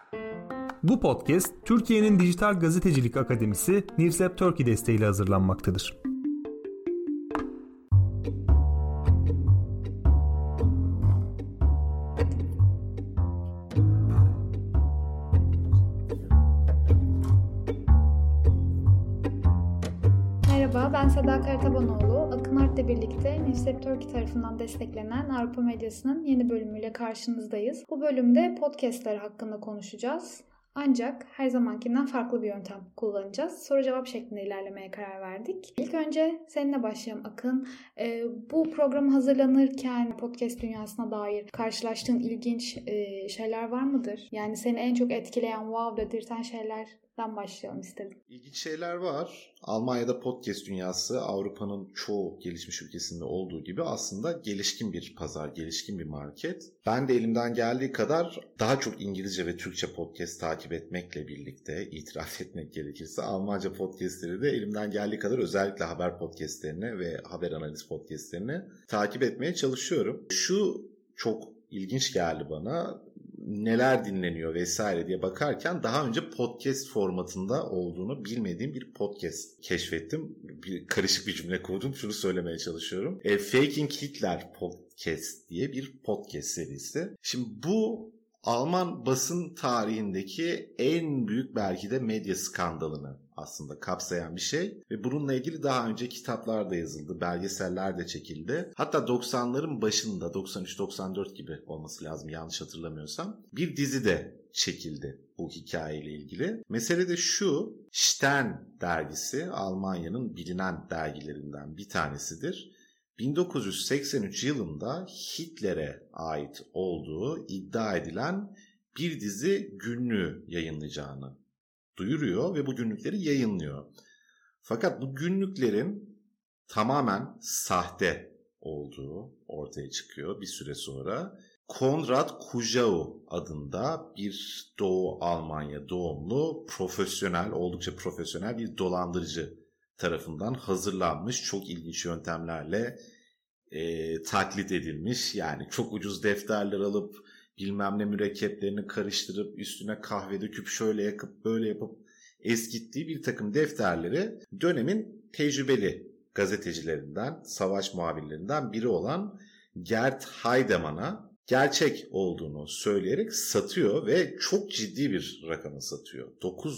Bu podcast, Türkiye'nin Dijital Gazetecilik Akademisi Newsep Turkey desteğiyle hazırlanmaktadır. Merhaba, ben Seda Karatabanoğlu. Akın Art'la birlikte Newsep Turkey tarafından desteklenen Avrupa Medyası'nın yeni bölümüyle karşınızdayız. Bu bölümde podcastler hakkında konuşacağız. Ancak her zamankinden farklı bir yöntem kullanacağız. Soru cevap şeklinde ilerlemeye karar verdik. İlk önce seninle başlayalım Akın. Bu program hazırlanırken podcast dünyasına dair karşılaştığın ilginç şeyler var mıdır? Yani seni en çok etkileyen, wow dedirten şeylerden başlayalım istedim. İlginç şeyler var. Almanya'da podcast dünyası Avrupa'nın çoğu gelişmiş ülkesinde olduğu gibi aslında gelişkin bir pazar, gelişkin bir market. Ben de elimden geldiği kadar daha çok İngilizce ve Türkçe podcast takip etmekle birlikte, itiraf etmek gerekirse Almanca podcastleri de elimden geldiği kadar özellikle haber podcastlerini ve haber analiz podcastlerini takip etmeye çalışıyorum. Şu çok ilginç geldi bana. Neler dinleniyor vesaire diye bakarken daha önce podcast formatında olduğunu bilmediğim bir podcast keşfettim. Karışık bir cümle kurdum. Şunu söylemeye çalışıyorum. Faking Hitler Podcast diye bir podcast serisi. Şimdi bu Alman basın tarihindeki en büyük belki de medya skandalını aslında kapsayan bir şey. Ve bununla ilgili daha önce kitaplar da yazıldı, belgeseller de çekildi. Hatta 90'ların başında, 93-94 gibi olması lazım yanlış hatırlamıyorsam, bir dizi de çekildi bu hikayeyle ilgili. Mesele de şu, Stern dergisi Almanya'nın bilinen dergilerinden bir tanesidir. 1983 yılında Hitler'e ait olduğu iddia edilen bir dizi günlüğü yayınlayacağını duyuruyor ve bu günlükleri yayınlıyor. Fakat bu günlüklerin tamamen sahte olduğu ortaya çıkıyor bir süre sonra. Konrad Kujau adında bir Doğu Almanya doğumlu oldukça profesyonel bir dolandırıcı tarafından hazırlanmış, çok ilginç yöntemlerle taklit edilmiş. Yani çok ucuz defterler alıp bilmem ne mürekkeplerini karıştırıp üstüne kahve döküp şöyle yakıp böyle yapıp eskittiği bir takım defterleri dönemin tecrübeli gazetecilerinden, savaş muhabirlerinden biri olan Gerd Heidemann'a gerçek olduğunu söyleyerek satıyor ve çok ciddi bir rakama satıyor.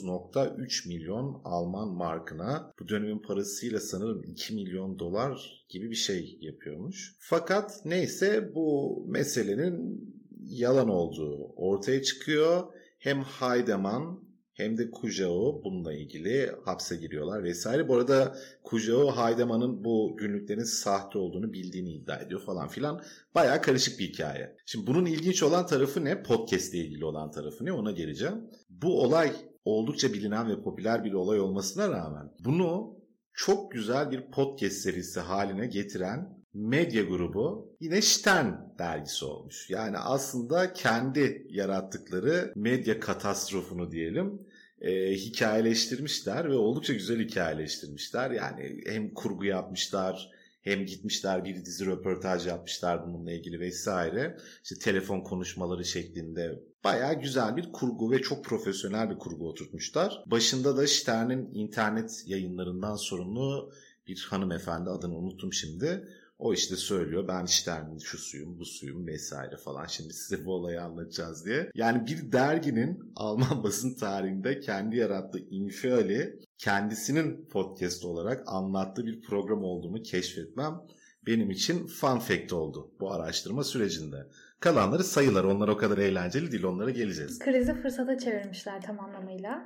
9,3 milyon Alman markına, bu dönemin parasıyla sanırım 2 milyon dolar gibi bir şey yapıyormuş. Fakat neyse bu meselenin yalan olduğu ortaya çıkıyor. Hem Heidemann hem de Kujau bununla ilgili hapse giriyorlar vesaire. Bu arada Kujau Heidemann'ın bu günlüklerin sahte olduğunu bildiğini iddia ediyor falan filan. Bayağı karışık bir hikaye. Şimdi bunun ilginç olan tarafı ne? Podcast ile ilgili olan tarafı ne? Ona geleceğim. Bu olay oldukça bilinen ve popüler bir olay olmasına rağmen bunu çok güzel bir podcast serisi haline getiren medya grubu yine Stern dergisi olmuş. Yani aslında kendi yarattıkları medya katastrofunu diyelim hikayeleştirmişler ve oldukça güzel hikayeleştirmişler. Yani hem kurgu yapmışlar hem gitmişler bir dizi röportaj yapmışlar bununla ilgili vesaire. İşte telefon konuşmaları şeklinde bayağı güzel bir kurgu ve çok profesyonel bir kurgu oturtmuşlar. Başında da Stern'in internet yayınlarından sorumlu bir hanımefendi, adını unuttum şimdi. O işte söylüyor, ben Stern'in şu suyum, bu suyum vesaire falan. Şimdi size bu olayı anlatacağız diye. Yani bir derginin Alman basın tarihinde kendi yarattığı infiali kendisinin podcast olarak anlattığı bir program olduğunu keşfetmem benim için fun fact oldu bu araştırma sürecinde. Kalanları sayılar, onlar o kadar eğlenceli değil, onlara geleceğiz. Krizi fırsata çevirmişler tam anlamıyla.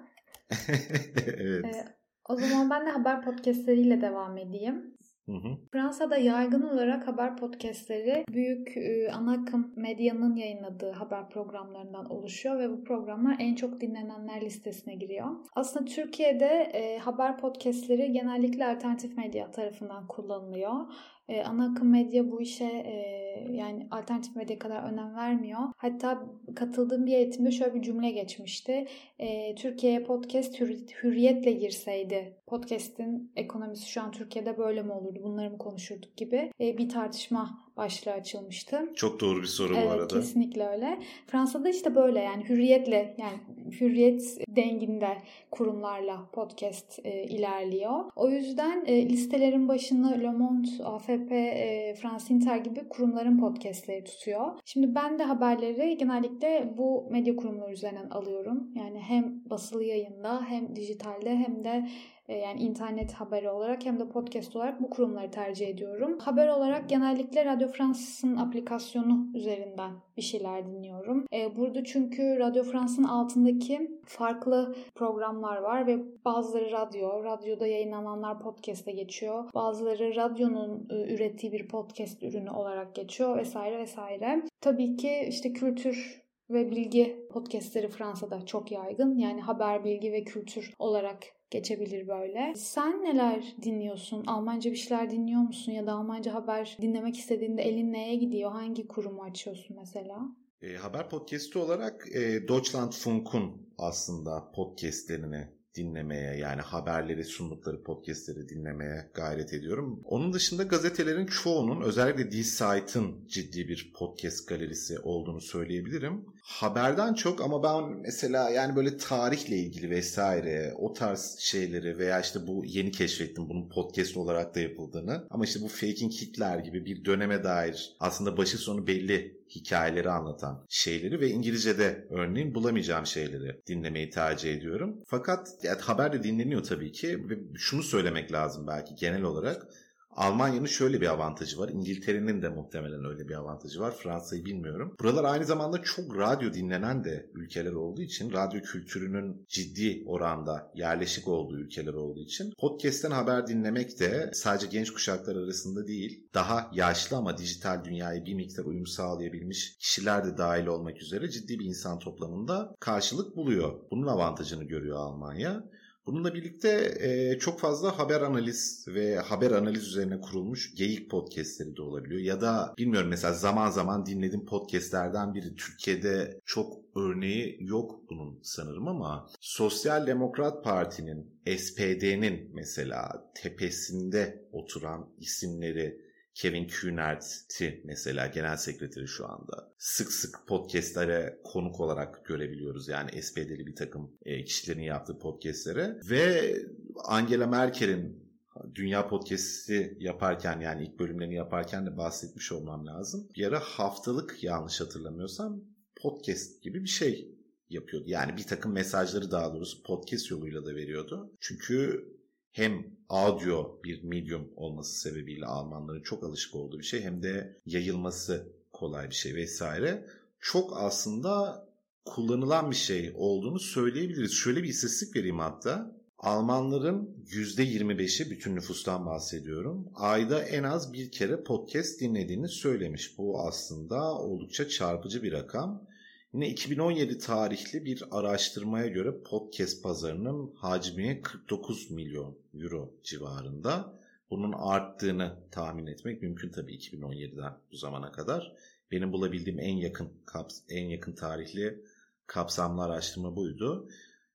Evet. O zaman ben de haber podcastleriyle devam edeyim. Fransa'da yaygın olarak haber podcastleri büyük ana akım medyanın yayınladığı haber programlarından oluşuyor ve bu programlar en çok dinlenenler listesine giriyor. Aslında Türkiye'de haber podcastleri genellikle alternatif medya tarafından kullanılıyor. Ana akım medya bu işe yani alternatif medya kadar önem vermiyor. Hatta katıldığım bir eğitimde şöyle bir cümle geçmişti. Türkiye'ye podcast hürriyetle girseydi podcast'in ekonomisi şu an Türkiye'de böyle mi olurdu? Bunları mı konuşurduk gibi bir tartışma başlığı açılmıştı. Çok doğru bir soru bu arada. Kesinlikle öyle. Fransa'da işte böyle yani hürriyetle yani hürriyet denginde kurumlarla podcast ilerliyor. O yüzden listelerin başını Le Monde, AFP, France Inter gibi kurumların podcastleri tutuyor. Şimdi ben de haberleri genellikle bu medya kurumları üzerinden alıyorum. Yani hem basılı yayında hem dijitalde hem de yani internet haberi olarak hem de podcast olarak bu kurumları tercih ediyorum. Haber olarak genellikle Radio France'ın aplikasyonu üzerinden bir şeyler dinliyorum. Burada çünkü Radio France'ın altındaki farklı programlar var ve bazıları radyoda yayınlananlar podcast'e geçiyor. Bazıları radyonun ürettiği bir podcast ürünü olarak geçiyor vesaire vesaire. Tabii ki işte kültür ve bilgi podcastleri Fransa'da çok yaygın. Yani haber, bilgi ve kültür olarak geçebilir böyle. Sen neler dinliyorsun? Almanca bir şeyler dinliyor musun? Ya da Almanca haber dinlemek istediğinde elin neye gidiyor? Hangi kurumu açıyorsun mesela? Haber podcast'i olarak Deutschlandfunk'un aslında podcastlerini dinlemeye, yani haberleri sundukları podcastleri dinlemeye gayret ediyorum. Onun dışında gazetelerin çoğunun, özellikle Die Zeit'in ciddi bir podcast galerisi olduğunu söyleyebilirim. Haberden çok, ama ben mesela yani böyle tarihle ilgili vesaire o tarz şeyleri veya işte bu yeni keşfettim bunun podcast olarak da yapıldığını, ama işte bu Faking Hitler gibi bir döneme dair aslında başı sonu belli hikayeleri anlatan şeyleri ve İngilizce'de örneğin bulamayacağım şeyleri dinlemeyi tercih ediyorum. Fakat yani haber de dinleniyor tabii ki ve şunu söylemek lazım belki genel olarak. Almanya'nın şöyle bir avantajı var. İngiltere'nin de muhtemelen öyle bir avantajı var. Fransa'yı bilmiyorum. Buralar aynı zamanda çok radyo dinlenen de ülkeler olduğu için, radyo kültürünün ciddi oranda yerleşik olduğu ülkeler olduğu için podcast'ten haber dinlemek de sadece genç kuşaklar arasında değil, daha yaşlı ama dijital dünyaya bir miktar uyum sağlayabilmiş kişiler de dahil olmak üzere ciddi bir insan toplamında karşılık buluyor. Bunun avantajını görüyor Almanya. Bununla birlikte çok fazla haber analiz ve haber analiz üzerine kurulmuş geyik podcastleri de olabiliyor. Ya da bilmiyorum, mesela zaman zaman dinlediğim podcastlerden biri, Türkiye'de çok örneği yok bunun sanırım ama Sosyal Demokrat Parti'nin, SPD'nin mesela tepesinde oturan isimleri, Kevin Kühnert'i mesela genel sekreteri şu anda sık sık podcastlere konuk olarak görebiliyoruz. Yani SPD'li bir takım kişilerin yaptığı podcastlere ve Angela Merkel'in Dünya Podcast'i yaparken, yani ilk bölümlerini yaparken de bahsetmiş olmam lazım. Bir ara haftalık, yanlış hatırlamıyorsam, podcast gibi bir şey yapıyordu. Yani bir takım mesajları daha doğrusu podcast yoluyla da veriyordu. Çünkü hem audio bir medium olması sebebiyle Almanların çok alışık olduğu bir şey, hem de yayılması kolay bir şey vesaire. Çok aslında kullanılan bir şey olduğunu söyleyebiliriz. Şöyle bir istatistik vereyim hatta. Almanların %25'i, bütün nüfustan bahsediyorum, ayda en az bir kere podcast dinlediğini söylemiş. Bu aslında oldukça çarpıcı bir rakam. Yine 2017 tarihli bir araştırmaya göre podcast pazarının hacmi 49 milyon euro civarında. Bunun arttığını tahmin etmek mümkün tabii 2017'den bu zamana kadar. Benim bulabildiğim en yakın tarihli kapsamlı araştırma buydu.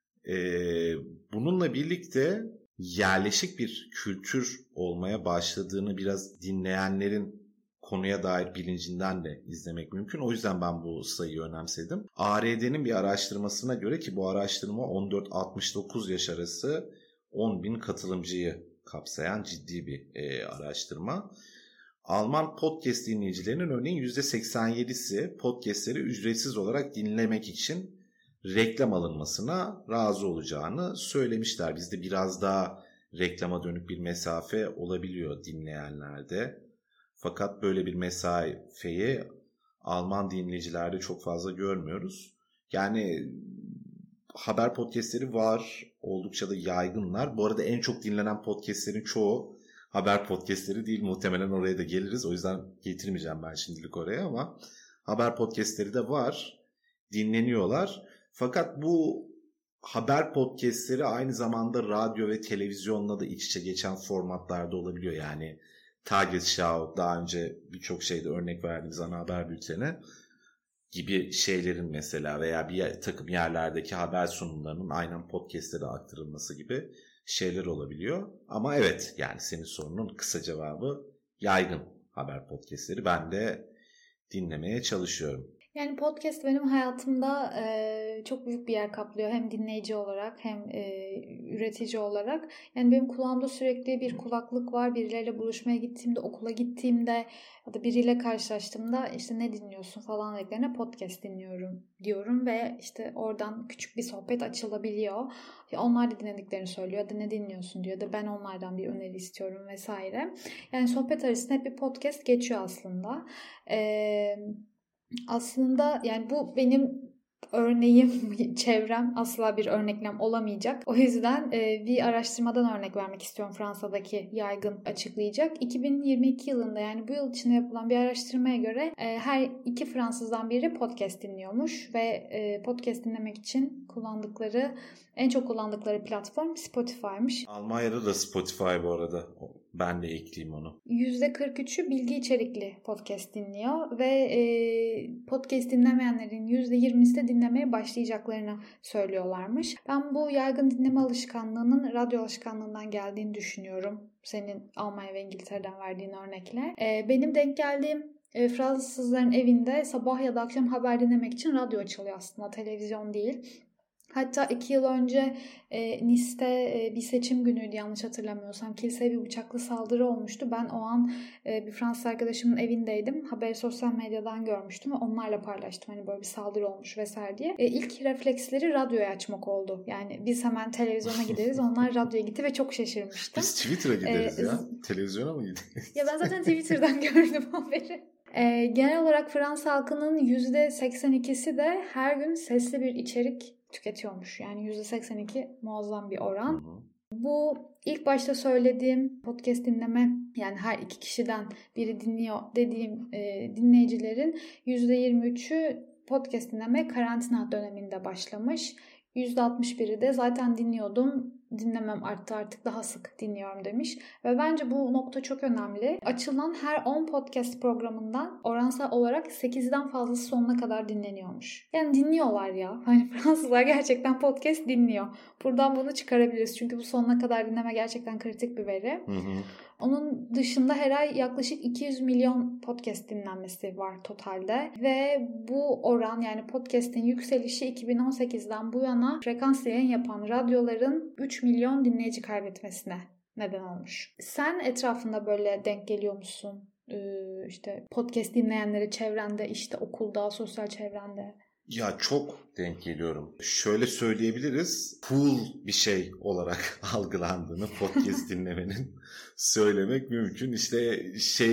Bununla birlikte yerleşik bir kültür olmaya başladığını biraz dinleyenlerin konuya dair bilincinden de izlemek mümkün. O yüzden ben bu sayıyı önemsedim. ARD'nin bir araştırmasına göre, ki bu araştırma 14-69 yaş arası 10.000 katılımcıyı kapsayan ciddi bir araştırma. Alman podcast dinleyicilerinin örneğin %87'si podcastleri ücretsiz olarak dinlemek için reklam alınmasına razı olacağını söylemişler. Bizde biraz daha reklama dönük bir mesafe olabiliyor dinleyenlerde. Fakat böyle bir mesafeyi Alman dinleyicilerde çok fazla görmüyoruz. Yani haber podcastleri var, oldukça da yaygınlar. Bu arada en çok dinlenen podcastlerin çoğu haber podcastleri değil. Muhtemelen oraya da geliriz. O yüzden getirmeyeceğim ben şimdilik oraya, ama haber podcastleri de var, dinleniyorlar. Fakat bu haber podcastleri aynı zamanda radyo ve televizyonla da iç içe geçen formatlarda olabiliyor. Yani Tagesschau, daha önce birçok şeyde örnek verdiğimiz ana haber bülteni gibi şeylerin mesela, veya bir takım yerlerdeki haber sunumlarının aynen podcastlere aktarılması gibi şeyler olabiliyor. Ama evet, yani senin sorunun kısa cevabı yaygın haber podcastleri. Ben de dinlemeye çalışıyorum. Yani podcast benim hayatımda çok büyük bir yer kaplıyor. Hem dinleyici olarak hem üretici olarak. Yani benim kulağımda sürekli bir kulaklık var. Birileriyle buluşmaya gittiğimde, okula gittiğimde ya da biriyle karşılaştığımda işte ne dinliyorsun falan dediklerine podcast dinliyorum diyorum ve işte oradan küçük bir sohbet açılabiliyor. Onlar da dinlediklerini söylüyor ya da ne dinliyorsun diyor ya da ben onlardan bir öneri istiyorum vesaire. Yani sohbet arasında hep bir podcast geçiyor aslında. Aslında yani bu benim örneğim, çevrem asla bir örneklem olamayacak. O yüzden bir araştırmadan örnek vermek istiyorum, Fransa'daki yaygın açıklayacak. 2022 yılında, yani bu yıl içinde yapılan bir araştırmaya göre her 2 Fransızdan biri podcast dinliyormuş ve podcast dinlemek için en çok kullandıkları platform Spotify'mış. Almanya'da da Spotify bu arada. Ben de ekleyeyim onu. %43'ü bilgi içerikli podcast dinliyor ve podcast dinlemeyenlerin %20'si de dinlemeye başlayacaklarını söylüyorlarmış. Ben bu yaygın dinleme alışkanlığının radyo alışkanlığından geldiğini düşünüyorum. Senin Almanya ve İngiltere'den verdiğin örnekle. Benim denk geldiğim Fransızların evinde sabah ya da akşam haber dinlemek için radyo açılıyor aslında, televizyon değil. Hatta 2 yıl önce Nice'te bir seçim günüydü yanlış hatırlamıyorsam. Kiliseye bir bıçaklı saldırı olmuştu. Ben o an bir Fransız arkadaşımın evindeydim. Haberi sosyal medyadan görmüştüm ve onlarla paylaştım. Hani böyle bir saldırı olmuş vesaire diye. İlk refleksleri radyoyu açmak oldu. Yani biz hemen televizyona gideriz. Onlar radyoya gitti ve çok şaşırmıştım. Biz Twitter'a gideriz ya. Televizyona mı gideriz? Ya ben zaten Twitter'dan gördüm haberi. Genel olarak Fransa halkının %82'si de her gün sesli bir içerik tüketiyormuş. Yani %82 muazzam bir oran. Hı-hı. Bu ilk başta söylediğim podcast dinleme, yani her 2 kişiden biri dinliyor dediğim dinleyicilerin %23'ü podcast dinleme karantina döneminde başlamış. %61'i de zaten dinlemem arttı, artık daha sık dinliyorum demiş. Ve bence bu nokta çok önemli. Açılan her 10 podcast programından oransal olarak 8'den fazlası sonuna kadar dinleniyormuş. Yani dinliyorlar ya. Hani Fransızlar gerçekten podcast dinliyor. Buradan bunu çıkarabiliriz. Çünkü bu sonuna kadar dinleme gerçekten kritik bir veri. Hı hı. Onun dışında her ay yaklaşık 200 milyon podcast dinlenmesi var totalde. Ve bu oran, yani podcast'in yükselişi 2018'den bu yana frekans yayın yapan radyoların 3 milyon dinleyici kaybetmesine neden olmuş. Sen etrafında böyle denk geliyor musun? İşte podcast dinleyenleri çevrende, işte okulda, sosyal çevrende. Ya çok denk geliyorum. Şöyle söyleyebiliriz. Cool bir şey olarak algılandığını podcast dinlemenin söylemek mümkün. İşte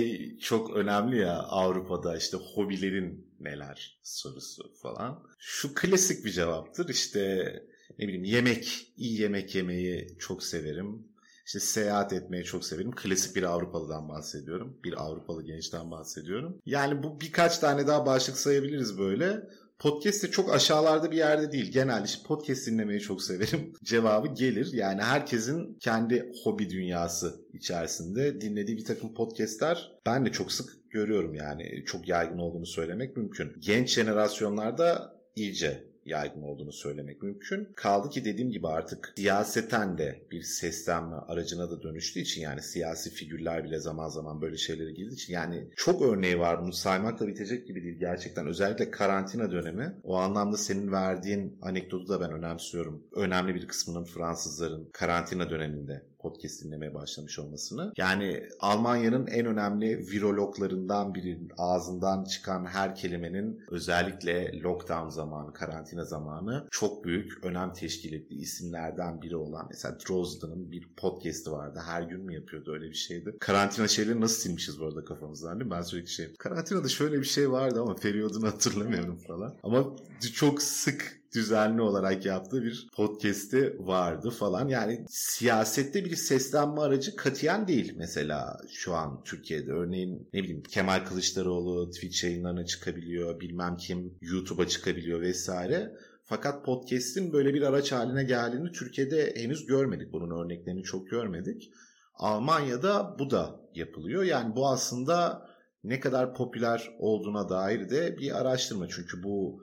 çok önemli ya Avrupa'da, işte hobilerin neler sorusu falan. Şu klasik bir cevaptır. İşte ne bileyim, iyi yemek yemeyi çok severim. İşte seyahat etmeyi çok severim. Klasik bir Avrupalı'dan bahsediyorum. Bir Avrupalı gençten bahsediyorum. Yani bu birkaç tane daha başlık sayabiliriz böyle. Podcast de çok aşağılarda bir yerde değil. Genelde işte podcast dinlemeyi çok severim cevabı gelir. Yani herkesin kendi hobi dünyası içerisinde dinlediği bir takım podcastler ben de çok sık görüyorum, yani çok yaygın olduğunu söylemek mümkün. Genç jenerasyonlarda iyice yaygın olduğunu söylemek mümkün. Kaldı ki dediğim gibi artık siyaseten de bir seslenme aracına da dönüştüğü için, yani siyasi figürler bile zaman zaman böyle şeylere girdiği için, yani çok örneği var, bunu saymakla bitecek gibi değil gerçekten. Özellikle karantina dönemi, o anlamda senin verdiğin anekdotu da ben önemsiyorum. Önemli bir kısmının Fransızların karantina döneminde podcast dinlemeye başlamış olmasını. Yani Almanya'nın en önemli virologlarından birinin ağzından çıkan her kelimenin özellikle lockdown zamanı, karantina zamanı çok büyük önem teşkil ettiği isimlerden biri olan, mesela Drozdan'ın bir podcast'ı vardı. Her gün mü yapıyordu, öyle bir şeydi. Karantina şeyleri nasıl silmişiz bu arada kafamızdan, değil mi? Ben sürekli karantinada şöyle bir şey vardı ama periyodunu hatırlamıyorum falan. Ama çok sık düzenli olarak yaptığı bir podcast'i vardı falan. Yani siyasette bir seslenme aracı katiyen değil mesela şu an Türkiye'de. Örneğin ne bileyim, Kemal Kılıçdaroğlu Twitch yayınlarına çıkabiliyor, bilmem kim YouTube'a çıkabiliyor vesaire. Fakat podcast'in böyle bir araç haline geldiğini Türkiye'de henüz görmedik. Bunun örneklerini çok görmedik. Almanya'da bu da yapılıyor. Yani bu aslında ne kadar popüler olduğuna dair de bir araştırma. Çünkü bu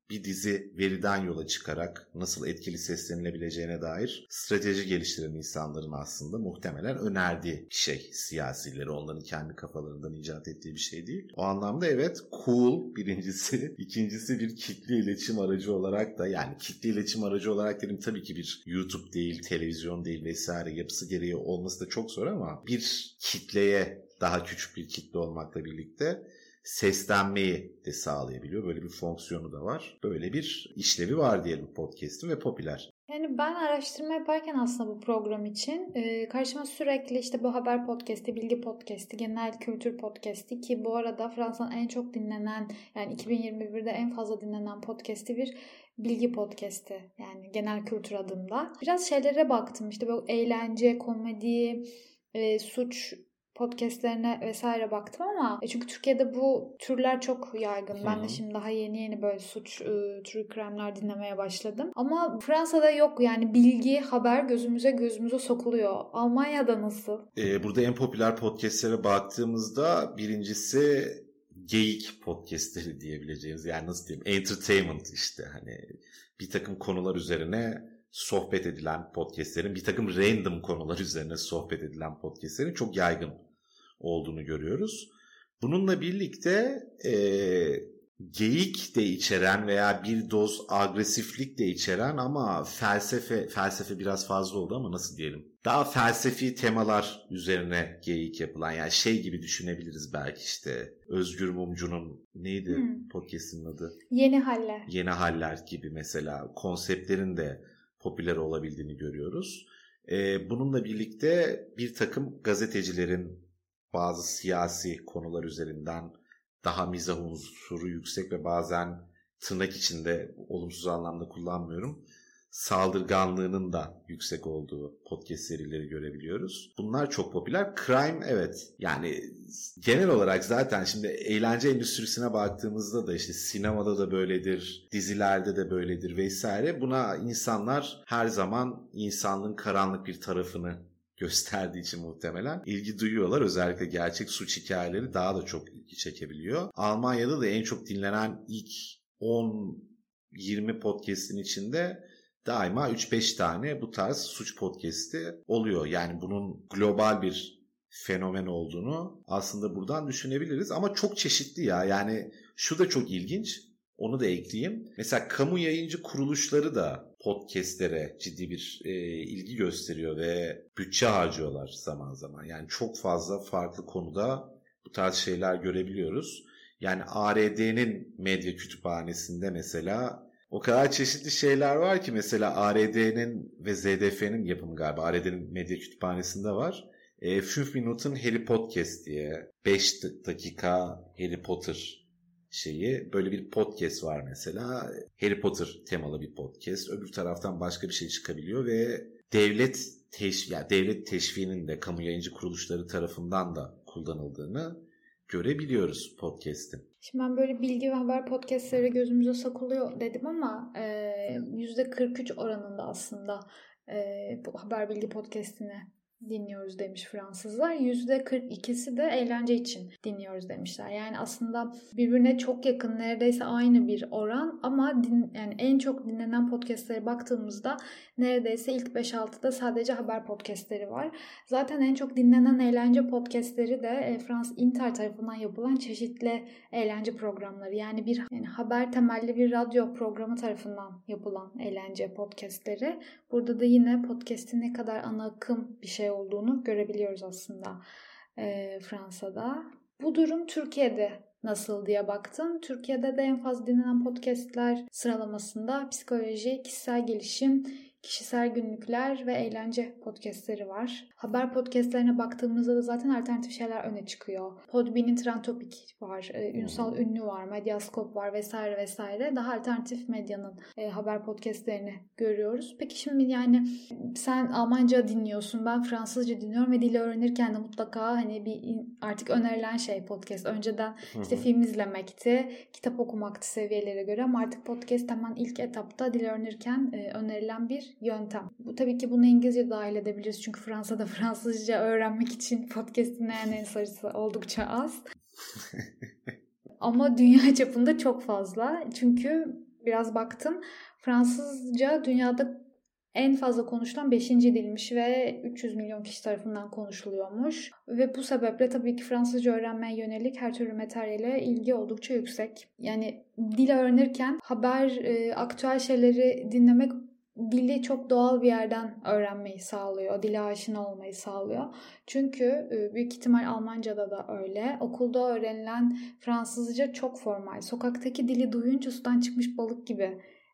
bir dizi veriden yola çıkarak nasıl etkili seslenilebileceğine dair strateji geliştiren insanların aslında muhtemelen önerdiği bir şey. Siyasileri onların kendi kafalarından icat ettiği bir şey değil. O anlamda evet, cool birincisi. İkincisi bir kitle iletişim aracı olarak da, yani kitle iletişim aracı olarak dedim, tabii ki bir YouTube değil, televizyon değil vesaire, yapısı gereği olması da çok zor ama bir kitleye, daha küçük bir kitle olmakla birlikte seslenmeyi de sağlayabiliyor. Böyle bir fonksiyonu da var. Böyle bir işlevi var diyelim podcast'in ve popüler. Yani ben araştırma yaparken aslında bu program için karşıma sürekli işte bu haber podcast'i, bilgi podcast'i, genel kültür podcast'i, ki bu arada Fransa'nın en çok dinlenen, yani 2021'de en fazla dinlenen podcast'i bir bilgi podcast'i, yani genel kültür adında. Biraz şeylere baktım, işte böyle eğlence, komedi, suç podcastlerine vesaire baktım ama çünkü Türkiye'de bu türler çok yaygın. Ben de şimdi daha yeni böyle suç, true crime'ler dinlemeye başladım. Ama Fransa'da yok, yani bilgi, haber gözümüze sokuluyor. Almanya'da nasıl? Burada en popüler podcastlere baktığımızda birincisi geyik podcastleri diyebileceğimiz, yani nasıl diyeyim, entertainment, işte hani bir takım konular üzerine sohbet edilen podcastlerin, bir takım random konular üzerine sohbet edilen podcastlerin çok yaygın olduğunu görüyoruz. Bununla birlikte geyik de içeren veya bir doz agresiflik de içeren ama felsefe biraz fazla oldu ama nasıl diyelim, daha felsefi temalar üzerine geyik yapılan, yani şey gibi düşünebiliriz belki, işte Özgür Mumcu'nun neydi podcast'in adı? Yeni Haller gibi mesela konseptlerin de popüler olabildiğini görüyoruz. Bununla birlikte bir takım gazetecilerin bazı siyasi konular üzerinden daha mizah unsuru yüksek ve bazen tırnak içinde olumsuz anlamda kullanmıyorum, saldırganlığının da yüksek olduğu podcast serileri görebiliyoruz. Bunlar çok popüler. Crime, evet. Yani genel olarak zaten şimdi eğlence endüstrisine baktığımızda da işte sinemada da böyledir, dizilerde de böyledir vesaire. Buna insanlar her zaman insanlığın karanlık bir tarafını gösterdiği için muhtemelen ilgi duyuyorlar. Özellikle gerçek suç hikayeleri daha da çok ilgi çekebiliyor. Almanya'da da en çok dinlenen ilk 10-20 podcast'in içinde daima 3-5 tane bu tarz suç podcast'i oluyor. Yani bunun global bir fenomen olduğunu aslında buradan düşünebiliriz. Ama çok çeşitli ya. Yani şu da çok ilginç. Onu da ekleyeyim. Mesela kamu yayıncı kuruluşları da podcastlere ciddi bir ilgi gösteriyor ve bütçe harcıyorlar zaman zaman. Yani çok fazla farklı konuda bu tarz şeyler görebiliyoruz. Yani ARD'nin medya kütüphanesinde mesela o kadar çeşitli şeyler var ki, mesela ARD'nin ve ZDF'nin yapımı galiba ARD'nin medya kütüphanesinde var. 5 Minuten Harry Podcast diye 5 dakika Harry Potter şeyi, böyle bir podcast var mesela. Harry Potter temalı bir podcast. Öbür taraftan başka bir şey çıkabiliyor ve devlet teşviğinin de kamu yayıncı kuruluşları tarafından da kullanıldığını görebiliyoruz podcast'in. Şimdi ben böyle bilgi ve haber podcastleri gözümüze sokuluyor dedim ama %43 oranında aslında bu haber bilgi podcastini dinliyoruz demiş Fransızlar. %42'si de eğlence için dinliyoruz demişler. Yani aslında birbirine çok yakın, neredeyse aynı bir oran ama yani en çok dinlenen podcastlere baktığımızda neredeyse ilk 5-6'da sadece haber podcastleri var. Zaten en çok dinlenen eğlence podcastleri de Frans Inter tarafından yapılan çeşitli eğlence programları. Yani haber temelli bir radyo programı tarafından yapılan eğlence podcastleri. Burada da yine podcast'in ne kadar ana akım bir şey olduğunu görebiliyoruz aslında Fransa'da. Bu durum Türkiye'de nasıl diye baktım. Türkiye'de de en fazla dinlenen podcastler sıralamasında psikoloji, kişisel gelişim, kişisel günlükler ve eğlence podcastleri var. Haber podcastlerine baktığımızda da zaten alternatif şeyler öne çıkıyor. Podbean'in Trend Topic var, Ünsal Ünlü var, Medyaskop var vesaire vesaire. Daha alternatif medyanın haber podcastlerini görüyoruz. Peki şimdi yani sen Almanca dinliyorsun, ben Fransızca dinliyorum ve dili öğrenirken de mutlaka hani artık önerilen şey podcast. Önceden işte film izlemekti, kitap okumaktı seviyelere göre ama artık podcast hemen ilk etapta dil öğrenirken önerilen bir yöntem. Bu tabii ki bunu İngilizce dahil edebiliriz. Çünkü Fransa'da Fransızca öğrenmek için podcast dinleyenlerin sayısı oldukça az. Ama dünya çapında çok fazla. Çünkü biraz baktım. Fransızca dünyada en fazla konuşulan 5. dilmiş ve 300 milyon kişi tarafından konuşuluyormuş. Ve bu sebeple tabii ki Fransızca öğrenmeye yönelik her türlü materyale ilgi oldukça yüksek. Yani dil öğrenirken haber, aktüel şeyleri dinlemek dili çok doğal bir yerden öğrenmeyi sağlıyor. Dile aşina olmayı sağlıyor. Çünkü büyük ihtimal Almanca'da da öyle. Okulda öğrenilen Fransızca çok formal. Sokaktaki dili duyunca sudan çıkmış balık gibi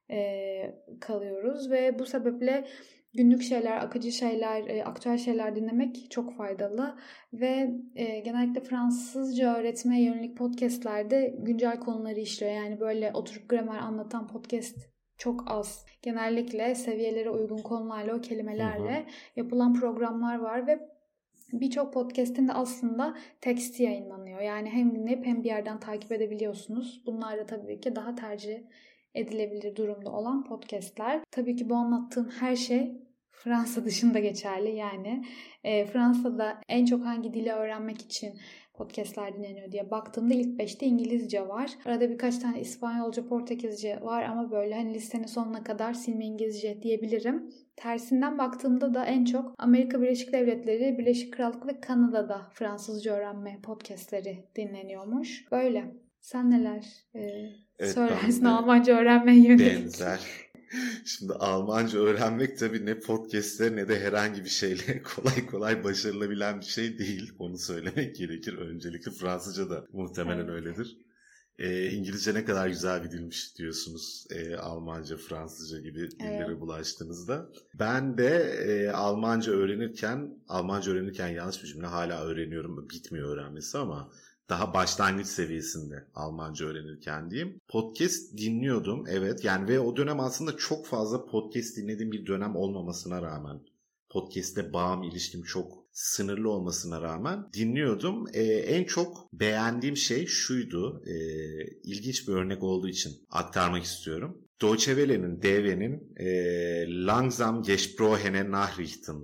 kalıyoruz ve bu sebeple günlük şeyler, akıcı şeyler, aktüel şeyler dinlemek çok faydalı ve genellikle Fransızca öğretmeye yönelik podcastlerde güncel konuları işliyor. Yani böyle oturup gramer anlatan podcast çok az. Genellikle seviyelere uygun konularla, o kelimelerle yapılan programlar var ve birçok podcast'in de aslında teksti yayınlanıyor. Yani hem dinleyip hem bir yerden takip edebiliyorsunuz. Bunlar da tabii ki daha tercih edilebilir durumda olan podcastler. Tabii ki bu anlattığım her şey Fransa dışında geçerli. Yani Fransa'da en çok hangi dili öğrenmek için podcastler dinleniyor diye baktığımda ilk 5'te İngilizce var. Arada birkaç tane İspanyolca, Portekizce var ama böyle hani listenin sonuna kadar silme İngilizce diyebilirim. Tersinden baktığımda da en çok Amerika Birleşik Devletleri, Birleşik Krallık ve Kanada'da Fransızca öğrenme podcastleri dinleniyormuş. Böyle. Sen neler söylersin Almanca öğrenmeye yönelik? Benzer. Şimdi Almanca öğrenmek tabii ne podcast'te ne de herhangi bir şeyle kolay kolay başarılabilen bir şey değil. Onu söylemek gerekir. Öncelikle Fransızca da muhtemelen öyledir. İngilizce ne kadar güzel bir dilmiş diyorsunuz. Almanca, Fransızca gibi dillere bulaştığınızda. Ben de Almanca öğrenirken yanlış bir cümle, hala öğreniyorum. Bitmiyor öğrenmesi ama daha başlangıç seviyesinde Almanca öğrenirken diyeyim. Podcast dinliyordum, evet. Yani ve o dönem aslında çok fazla podcast dinlediğim bir dönem olmamasına rağmen, podcast'te bağım, ilişkim çok sınırlı olmasına rağmen dinliyordum. En çok beğendiğim şey şuydu. İlginç bir örnek olduğu için aktarmak istiyorum. Deutsche Welle'nin, DW'nin Langsam gesprochene Nachrichten,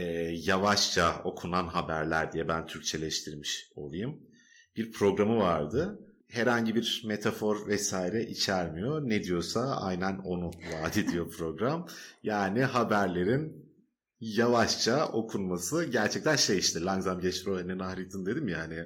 yavaşça okunan haberler diye ben Türkçeleştirmiş olayım. Bir programı vardı. Herhangi bir metafor vesaire içermiyor. Ne diyorsa aynen onu vaat ediyor program. Yani haberlerin yavaşça okunması gerçekten işte Langsam gesprochene Nachrichten dedim yani.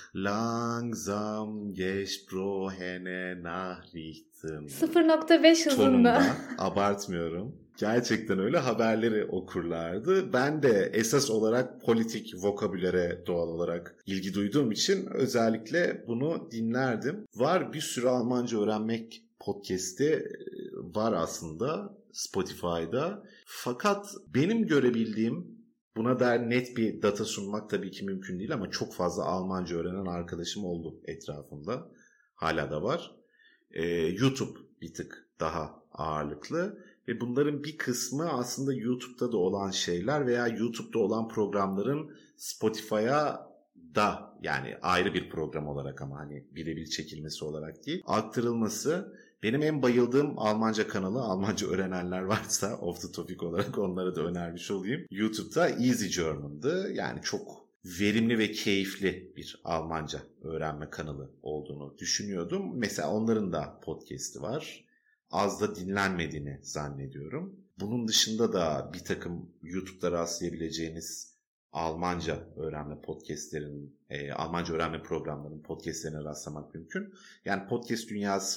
Langsam gesprochene Nachrichten. 0.5 hızında. Tonunda, abartmıyorum. Gerçekten öyle haberleri okurlardı. Ben de esas olarak politik vokabülere doğal olarak ilgi duyduğum için özellikle bunu dinlerdim. Var bir sürü Almanca öğrenmek podcast'i var aslında Spotify'da. Fakat benim görebildiğim, buna dair net bir data sunmak tabii ki mümkün değil ama çok fazla Almanca öğrenen arkadaşım oldu etrafımda. Hala da var. YouTube bir tık daha ağırlıklı. Ve bunların bir kısmı aslında YouTube'da da olan şeyler veya YouTube'da olan programların Spotify'a da, yani ayrı bir program olarak ama hani birebir çekilmesi olarak değil, aktarılması. Benim en bayıldığım Almanca kanalı, Almanca öğrenenler varsa off the topic olarak onlara da önermiş olayım. YouTube'da Easy German'dı. Yani çok verimli ve keyifli bir Almanca öğrenme kanalı olduğunu düşünüyordum. Mesela onların da podcast'i var. Az da dinlenmediğini zannediyorum. Bunun dışında da bir takım YouTube'da rastlayabileceğiniz Almanca öğrenme podcastlerin, Almanca öğrenme programlarının podcastlerine rastlamak mümkün. Yani podcast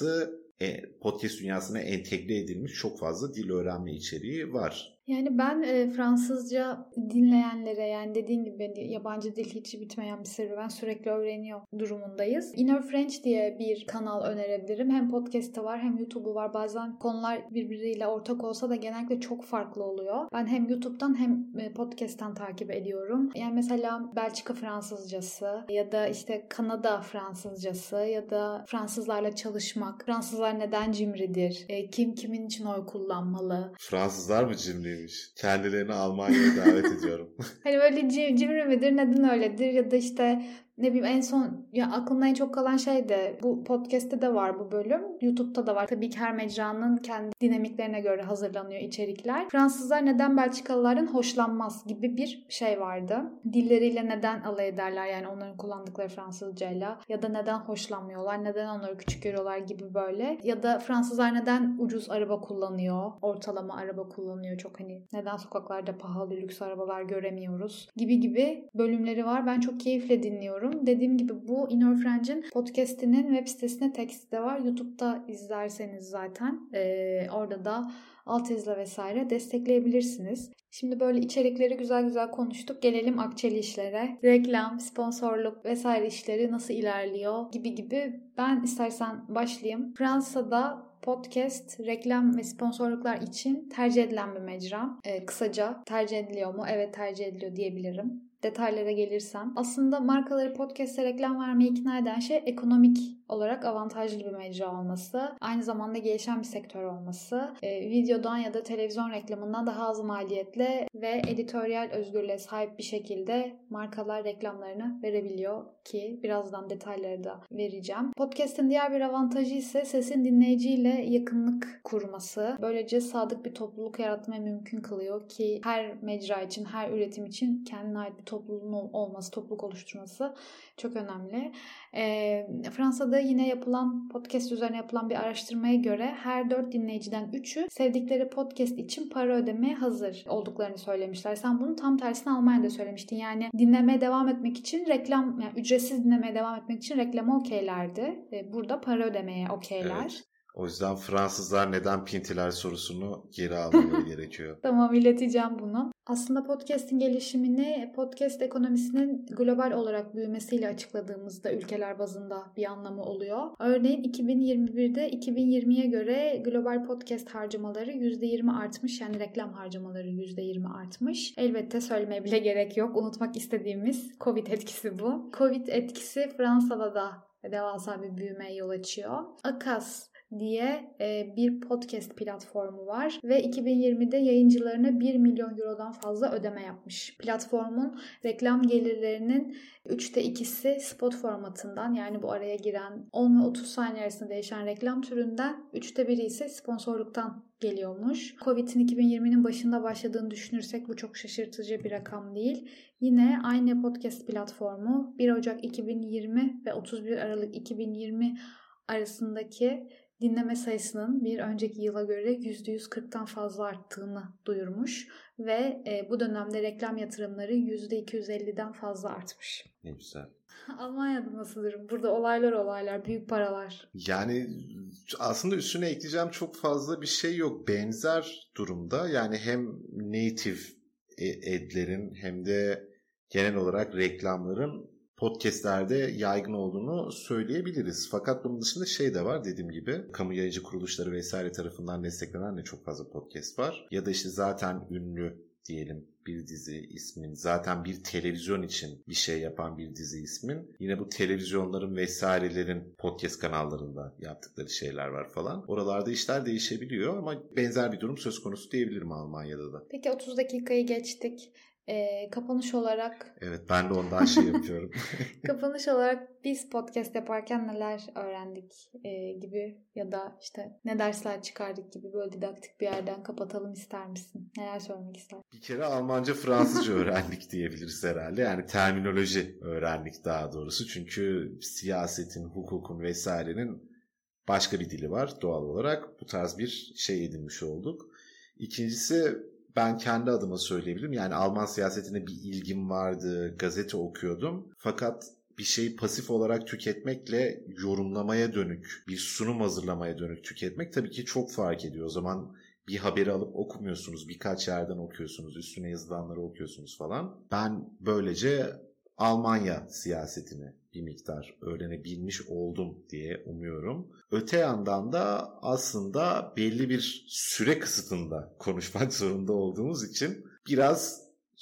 dünyasına entegre edilmiş çok fazla dil öğrenme içeriği var. Yani ben Fransızca dinleyenlere, yani dediğin gibi yabancı dil hiç bitmeyen bir serüven, sürekli öğreniyor durumundayız. Inner French diye bir kanal önerebilirim. Hem podcast'ı var hem YouTube'u var. Bazen konular birbiriyle ortak olsa da genellikle çok farklı oluyor. Ben hem YouTube'dan hem podcast'tan takip ediyorum. Yani mesela Belçika Fransızcası ya da işte Kanada Fransızcası ya da Fransızlarla çalışmak. Fransızlar neden cimridir? Kim kimin için oy kullanmalı? Fransızlar mı cimri? Kendilerini Almanya'ya davet ediyorum. Hani böyle cimri midir, neden öyledir ya da işte ne bileyim en son ya aklımda en çok kalan şey de bu podcast'te de var bu bölüm. YouTube'da da var. Tabii ki her mecranın kendi dinamiklerine göre hazırlanıyor içerikler. Fransızlar neden Belçikalılardan hoşlanmaz gibi bir şey vardı. Dilleriyle neden alay ederler yani onların kullandıkları Fransızcayla ya da neden hoşlanmıyorlar, neden onları küçük görüyorlar gibi böyle. Ya da Fransızlar neden ucuz araba kullanıyor, ortalama araba kullanıyor çok hani neden sokaklarda pahalı lüks arabalar göremiyoruz gibi bölümleri var. Ben çok keyifle dinliyorum. Dediğim gibi bu Inner French'in podcast'inin web sitesinde teksti de var. YouTube'da izlerseniz zaten orada da altyazıla vesaire destekleyebilirsiniz. Şimdi böyle içerikleri güzel konuştuk. Gelelim akçeli işlere. Reklam, sponsorluk vesaire işleri nasıl ilerliyor gibi. Ben istersen başlayayım. Fransa'da podcast, reklam ve sponsorluklar için tercih edilen bir mecra. Kısaca tercih ediliyor mu? Evet tercih ediliyor diyebilirim. Detaylara gelirsem. Aslında markaları podcast'e reklam vermeye ikna eden şey ekonomik olarak avantajlı bir mecra olması. Aynı zamanda gelişen bir sektör olması. Videodan ya da televizyon reklamından daha az maliyetle ve editoryal özgürlüğe sahip bir şekilde markalar reklamlarını verebiliyor ki birazdan detayları da vereceğim. Podcast'in diğer bir avantajı ise sesin dinleyiciyle yakınlık kurması. Böylece sadık bir topluluk yaratmayı mümkün kılıyor ki her mecra için, her üretim için kendine ait bir topluluğun olması, topluluk oluşturması çok önemli. Fransa'da yine podcast üzerine yapılan bir araştırmaya göre her 4 dinleyiciden 3'ü sevdikleri podcast için para ödemeye hazır olduklarını söylemişler. Sen bunu tam tersine Almanya'da söylemiştin. Yani dinlemeye devam etmek için yani ücretsiz dinlemeye devam etmek için reklama okeylerdi. Burada para ödemeye okeyler. Evet. O yüzden Fransızlar neden pintiler sorusunu geri almaları gerekiyor. Tamam, ileteceğim bunu. Aslında podcast'in gelişimini podcast ekonomisinin global olarak büyümesiyle açıkladığımızda ülkeler bazında bir anlamı oluyor. Örneğin 2021'de 2020'ye göre global podcast harcamaları %20 artmış. Yani reklam harcamaları %20 artmış. Elbette söylemeye bile gerek yok. Unutmak istediğimiz Covid etkisi bu. Covid etkisi Fransa'da da devasa bir büyümeye yol açıyor. Akas diye bir podcast platformu var ve 2020'de yayıncılarına 1 milyon eurodan fazla ödeme yapmış. Platformun reklam gelirlerinin 3'te 2'si spot formatından, yani bu araya giren 10 ve 30 saniye arasında değişen reklam türünden 3'te 1'i ise sponsorluktan geliyormuş. Covid'in 2020'nin başında başladığını düşünürsek bu çok şaşırtıcı bir rakam değil. Yine aynı podcast platformu 1 Ocak 2020 ve 31 Aralık 2020 arasındaki dinleme sayısının bir önceki yıla göre %140'tan fazla arttığını duyurmuş ve bu dönemde reklam yatırımları %250'den fazla artmış. Ne güzel. Almanya'da nasıl durum? Burada olaylar, büyük paralar. Yani aslında üstüne ekleyeceğim çok fazla bir şey yok. Benzer durumda, yani hem native ad'lerin hem de genel olarak reklamların podcastlerde yaygın olduğunu söyleyebiliriz. Fakat bunun dışında şey de var, dediğim gibi kamu yayıncı kuruluşları vesaire tarafından desteklenen de çok fazla podcast var. Ya da işte zaten ünlü diyelim bir dizi ismin, zaten bir televizyon için bir şey yapan bir dizi ismin, yine bu televizyonların vesairelerin podcast kanallarında yaptıkları şeyler var falan. Oralarda işler değişebiliyor ama benzer bir durum söz konusu diyebilirim Almanya'da da. Peki 30 dakikayı geçtik. Kapanış olarak... Evet, ben de ondan şey yapıyorum. Kapanış olarak biz podcast yaparken neler öğrendik gibi ya da işte ne dersler çıkardık gibi böyle didaktik bir yerden kapatalım ister misin? Neler söylemek ister? Bir kere Almanca, Fransızca öğrendik diyebiliriz herhalde. Yani terminoloji öğrendik daha doğrusu. Çünkü siyasetin, hukukun vesairenin başka bir dili var doğal olarak. Bu tarz bir şey edinmiş olduk. İkincisi, ben kendi adıma söyleyebilirim. Yani Alman siyasetine bir ilgim vardı. Gazete okuyordum. Fakat bir şeyi pasif olarak tüketmekle yorumlamaya dönük, bir sunum hazırlamaya dönük tüketmek tabii ki çok fark ediyor. O zaman bir haberi alıp okumuyorsunuz. Birkaç yerden okuyorsunuz. Üstüne yazılanları okuyorsunuz falan. Ben böylece Almanya siyasetini bir miktar öğrenebilmiş oldum diye umuyorum. Öte yandan da aslında belli bir süre kısıtında konuşmak zorunda olduğumuz için biraz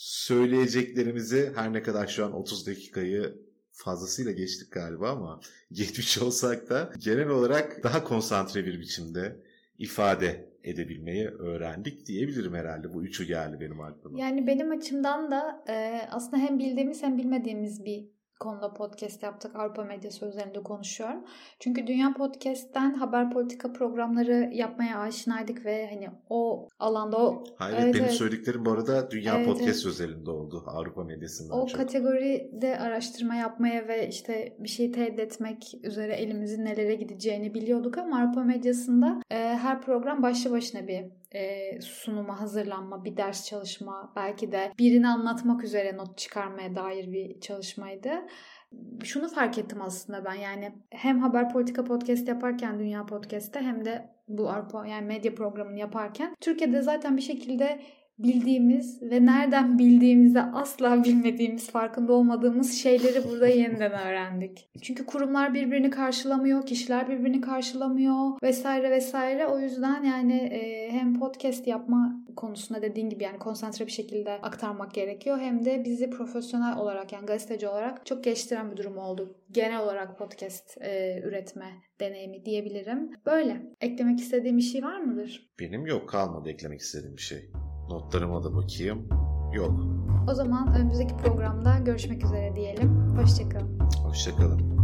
söyleyeceklerimizi, her ne kadar şu an 30 dakikayı fazlasıyla geçtik galiba ama geçmiş olsak da genel olarak daha konsantre bir biçimde ifade edebilmeyi öğrendik diyebilirim herhalde. Bu üçü geldi benim aklıma. Yani benim açımdan da aslında hem bildiğimiz hem bilmediğimiz bir konuda podcast yaptık. Avrupa medyası üzerinde konuşuyorum. Çünkü Dünya Podcast'ten haber politika programları yapmaya aşinaydık ve hani o alanda o... Hayır, evet, benim söylediklerim bu arada Dünya Podcast özelinde oldu. Avrupa medyasından o çok. Kategoride araştırma yapmaya ve işte bir şeyi teyit etmek üzere elimizin nelere gideceğini biliyorduk ama Avrupa medyasında her program başlı başına bir sunuma hazırlanma, bir ders çalışma, belki de birini anlatmak üzere not çıkarmaya dair bir çalışmaydı. Şunu fark ettim aslında ben, yani hem haber politika podcast yaparken Dünya Podcast'te hem de bu Avrupa yani medya programını yaparken Türkiye'de zaten bir şekilde bildiğimiz ve nereden bildiğimizi asla bilmediğimiz, farkında olmadığımız şeyleri burada yeniden öğrendik. Çünkü kurumlar birbirini karşılamıyor, kişiler birbirini karşılamıyor vesaire vesaire. O yüzden yani hem podcast yapma konusunda dediğin gibi yani konsantre bir şekilde aktarmak gerekiyor. Hem de bizi profesyonel olarak yani gazeteci olarak çok geliştiren bir durum oldu. Genel olarak podcast üretme deneyimi diyebilirim. Böyle. Eklemek istediğim bir şey var mıdır? Benim yok, kalmadı eklemek istediğim bir şey. Notlarıma da bakayım. Yok. O zaman önümüzdeki programda görüşmek üzere diyelim. Hoşçakalın. Hoşçakalın.